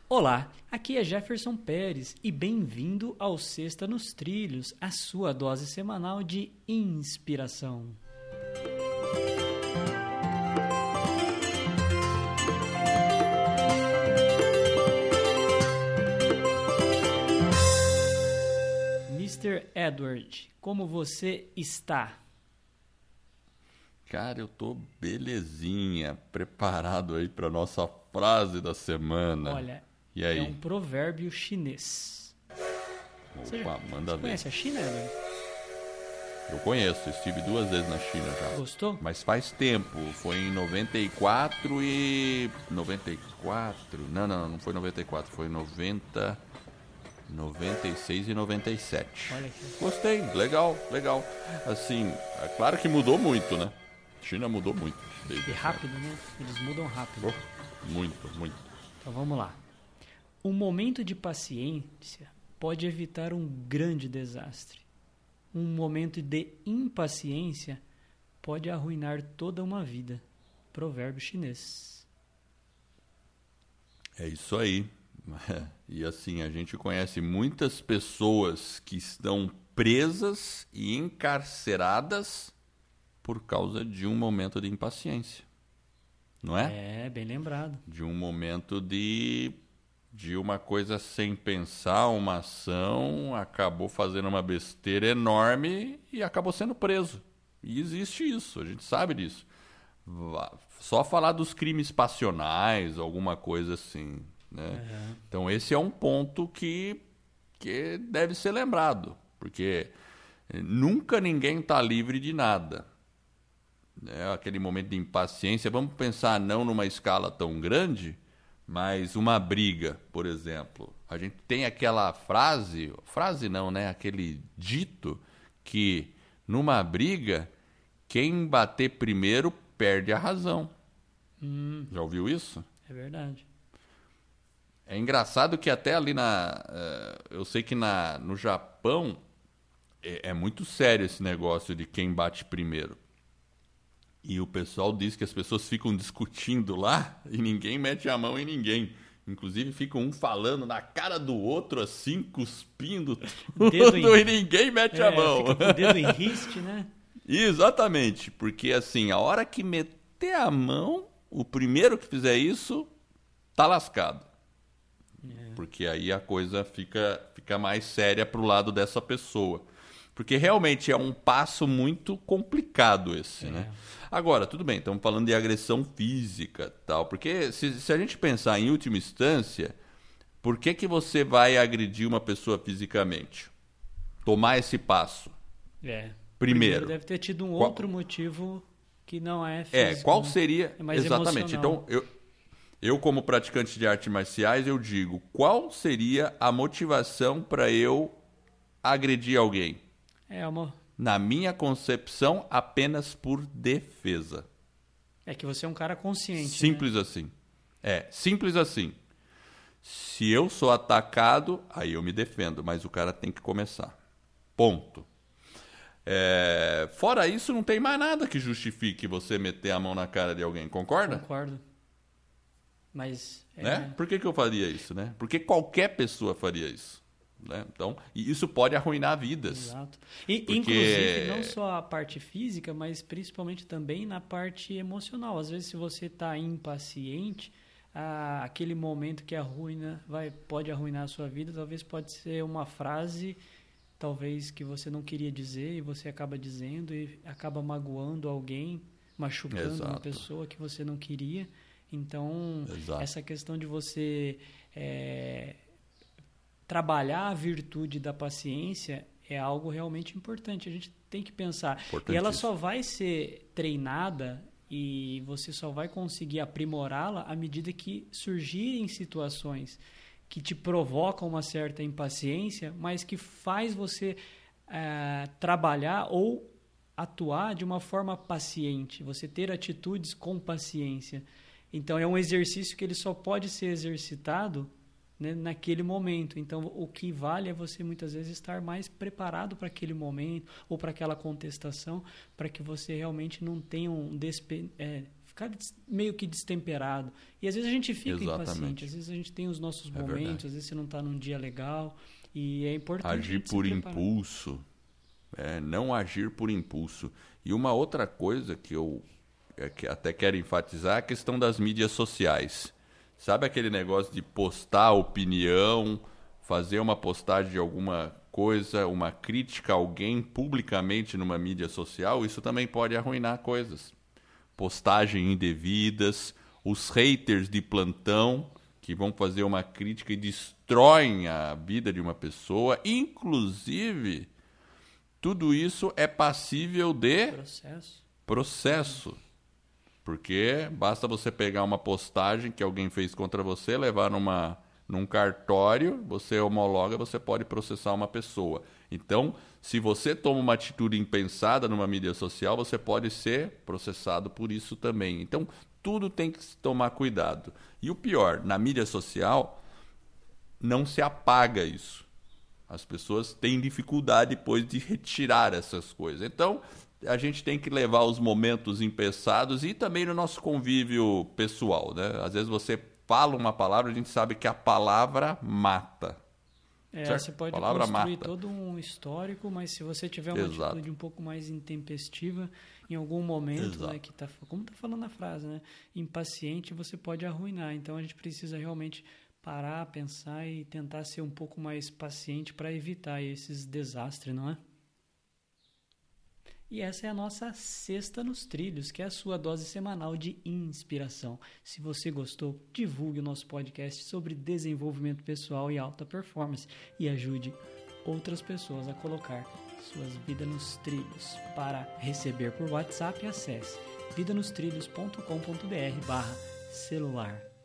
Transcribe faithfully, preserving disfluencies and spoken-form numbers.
Olá, aqui é Jefferson Pérez e bem-vindo ao Sexta nos Trilhos, a sua dose semanal de inspiração. mister Edward, como você está? Cara, eu tô belezinha, preparado aí pra nossa frase da semana. Olha, e aí? É um provérbio chinês. Opa, Você já, manda você ver. conhece a China, Edward? Eu conheço, estive duas vezes na China já. Gostou? Mas faz tempo, foi em noventa e quatro e... noventa e quatro? Não, não, não foi noventa e quatro, foi noventa... noventa e seis e noventa e sete. Olha aqui. Gostei, legal, legal. Assim, é claro que mudou muito, né? China mudou muito. Desde E essa rápido, né? Eles mudam rápido. época. Oh, muito, muito. Então vamos lá. Um momento de paciência pode evitar um grande desastre. Um momento de impaciência pode arruinar toda uma vida. Provérbio chinês. É isso aí. E assim, a gente conhece muitas pessoas que estão presas e encarceradas por causa de um momento de impaciência. Não é? É, bem lembrado. De um momento de, de uma coisa sem pensar, uma ação, acabou fazendo uma besteira enorme e acabou sendo preso. E existe isso, a gente sabe disso. Só falar dos crimes passionais, alguma coisa assim, né? Uhum. Então esse é um ponto que, que deve ser lembrado, porque nunca ninguém está livre de nada. É aquele momento de impaciência, vamos pensar não numa escala tão grande, mas uma briga, por exemplo. A gente tem aquela frase, frase não, né? Aquele dito que numa briga, quem bater primeiro perde a razão. Hum, Já ouviu isso? é verdade. É engraçado que até ali na... Eu sei que na, no Japão é, é muito sério esse negócio de quem bate primeiro. E o pessoal diz que as pessoas ficam discutindo lá e ninguém mete a mão em ninguém. Inclusive ficam um falando na cara do outro assim, cuspindo tudo em... e ninguém mete é, a mão. Fica com o dedo em riste, né? Exatamente, porque assim, a hora que meter a mão, o primeiro que fizer isso, tá lascado. É. Porque aí a coisa fica, fica mais séria pro lado dessa pessoa. Porque realmente é um passo muito complicado esse, é. né? Agora, tudo bem, estamos falando de agressão física tal. Porque se, se a gente pensar em última instância, por que, que você vai agredir uma pessoa fisicamente? Tomar esse passo. É. Primeiro. Primeiro deve ter tido um qual, outro motivo que não é físico. É, qual seria... É mais exatamente. Emocional. Então, eu, eu como praticante de artes marciais, eu digo, qual seria a motivação para eu agredir alguém? É uma... Na minha concepção, apenas por defesa. É que você é um cara consciente. Simples né? assim. É, simples assim. Se eu sou atacado, aí eu me defendo, mas o cara tem que começar. Ponto. É, fora isso, não tem mais nada que justifique você meter a mão na cara de alguém, concorda? Concordo. Mas... É... Né? Por que, que eu faria isso, né? Porque qualquer pessoa faria isso. Né? Então, e isso pode arruinar vidas. Exato. E, porque... Inclusive, não só a parte física, mas principalmente também na parte emocional. Às vezes, se você está impaciente, ah, aquele momento que arruina, vai, pode arruinar a sua vida, talvez pode ser uma frase, talvez que você não queria dizer e você acaba dizendo e acaba magoando alguém, machucando Exato. uma pessoa que você não queria. Então, Exato. essa questão de você... É, trabalhar a virtude da paciência é algo realmente importante. A gente tem que pensar. E ela só vai ser treinada e você só vai conseguir aprimorá-la à medida que surgirem situações que te provocam uma certa impaciência, mas que faz você é, trabalhar ou atuar de uma forma paciente. Você ter atitudes com paciência. Então, é um exercício que ele só pode ser exercitado, né, naquele momento. Então, o que vale é você muitas vezes estar mais preparado para aquele momento ou para aquela contestação, para que você realmente não tenha um despe... é, ficar meio que destemperado. E às vezes a gente fica Exatamente. impaciente, às vezes a gente tem os nossos É momentos, verdade. às vezes você não está num dia legal, e é importante Agir por impulso, é, não agir por impulso. E uma outra coisa que eu é, que até quero enfatizar é a questão das mídias sociais. Sabe aquele negócio de postar opinião, fazer uma postagem de alguma coisa, uma crítica a alguém publicamente numa mídia social? Isso também pode arruinar coisas. Postagem indevidas, os haters de plantão que vão fazer uma crítica e destroem a vida de uma pessoa. Inclusive, tudo isso é passível de processo. processo. Porque basta você pegar uma postagem que alguém fez contra você, levar numa, num cartório, você homologa, você pode processar uma pessoa. Então, se você toma uma atitude impensada numa mídia social, você pode ser processado por isso também. Então, tudo tem que se tomar cuidado. E o pior, na mídia social, não se apaga isso. As pessoas têm dificuldade depois de retirar essas coisas. Então, a gente tem que levar os momentos impensados e também no nosso convívio pessoal, né? Às vezes você fala uma palavra, a gente sabe que a palavra mata. É, certo? você pode Palavra construir mata. todo um histórico, mas se você tiver uma Exato. atitude um pouco mais intempestiva, em algum momento, né, que tá, como está falando a frase, né, impaciente, você pode arruinar. Então a gente precisa realmente parar, pensar e tentar ser um pouco mais paciente para evitar esses desastres, não é? E essa é a nossa Sexta nos Trilhos, que é a sua dose semanal de inspiração. Se você gostou, divulgue o nosso podcast sobre desenvolvimento pessoal e alta performance e ajude outras pessoas a colocar suas vidas nos trilhos. Para receber por WhatsApp, acesse vida nos trilhos ponto com ponto br barra celular.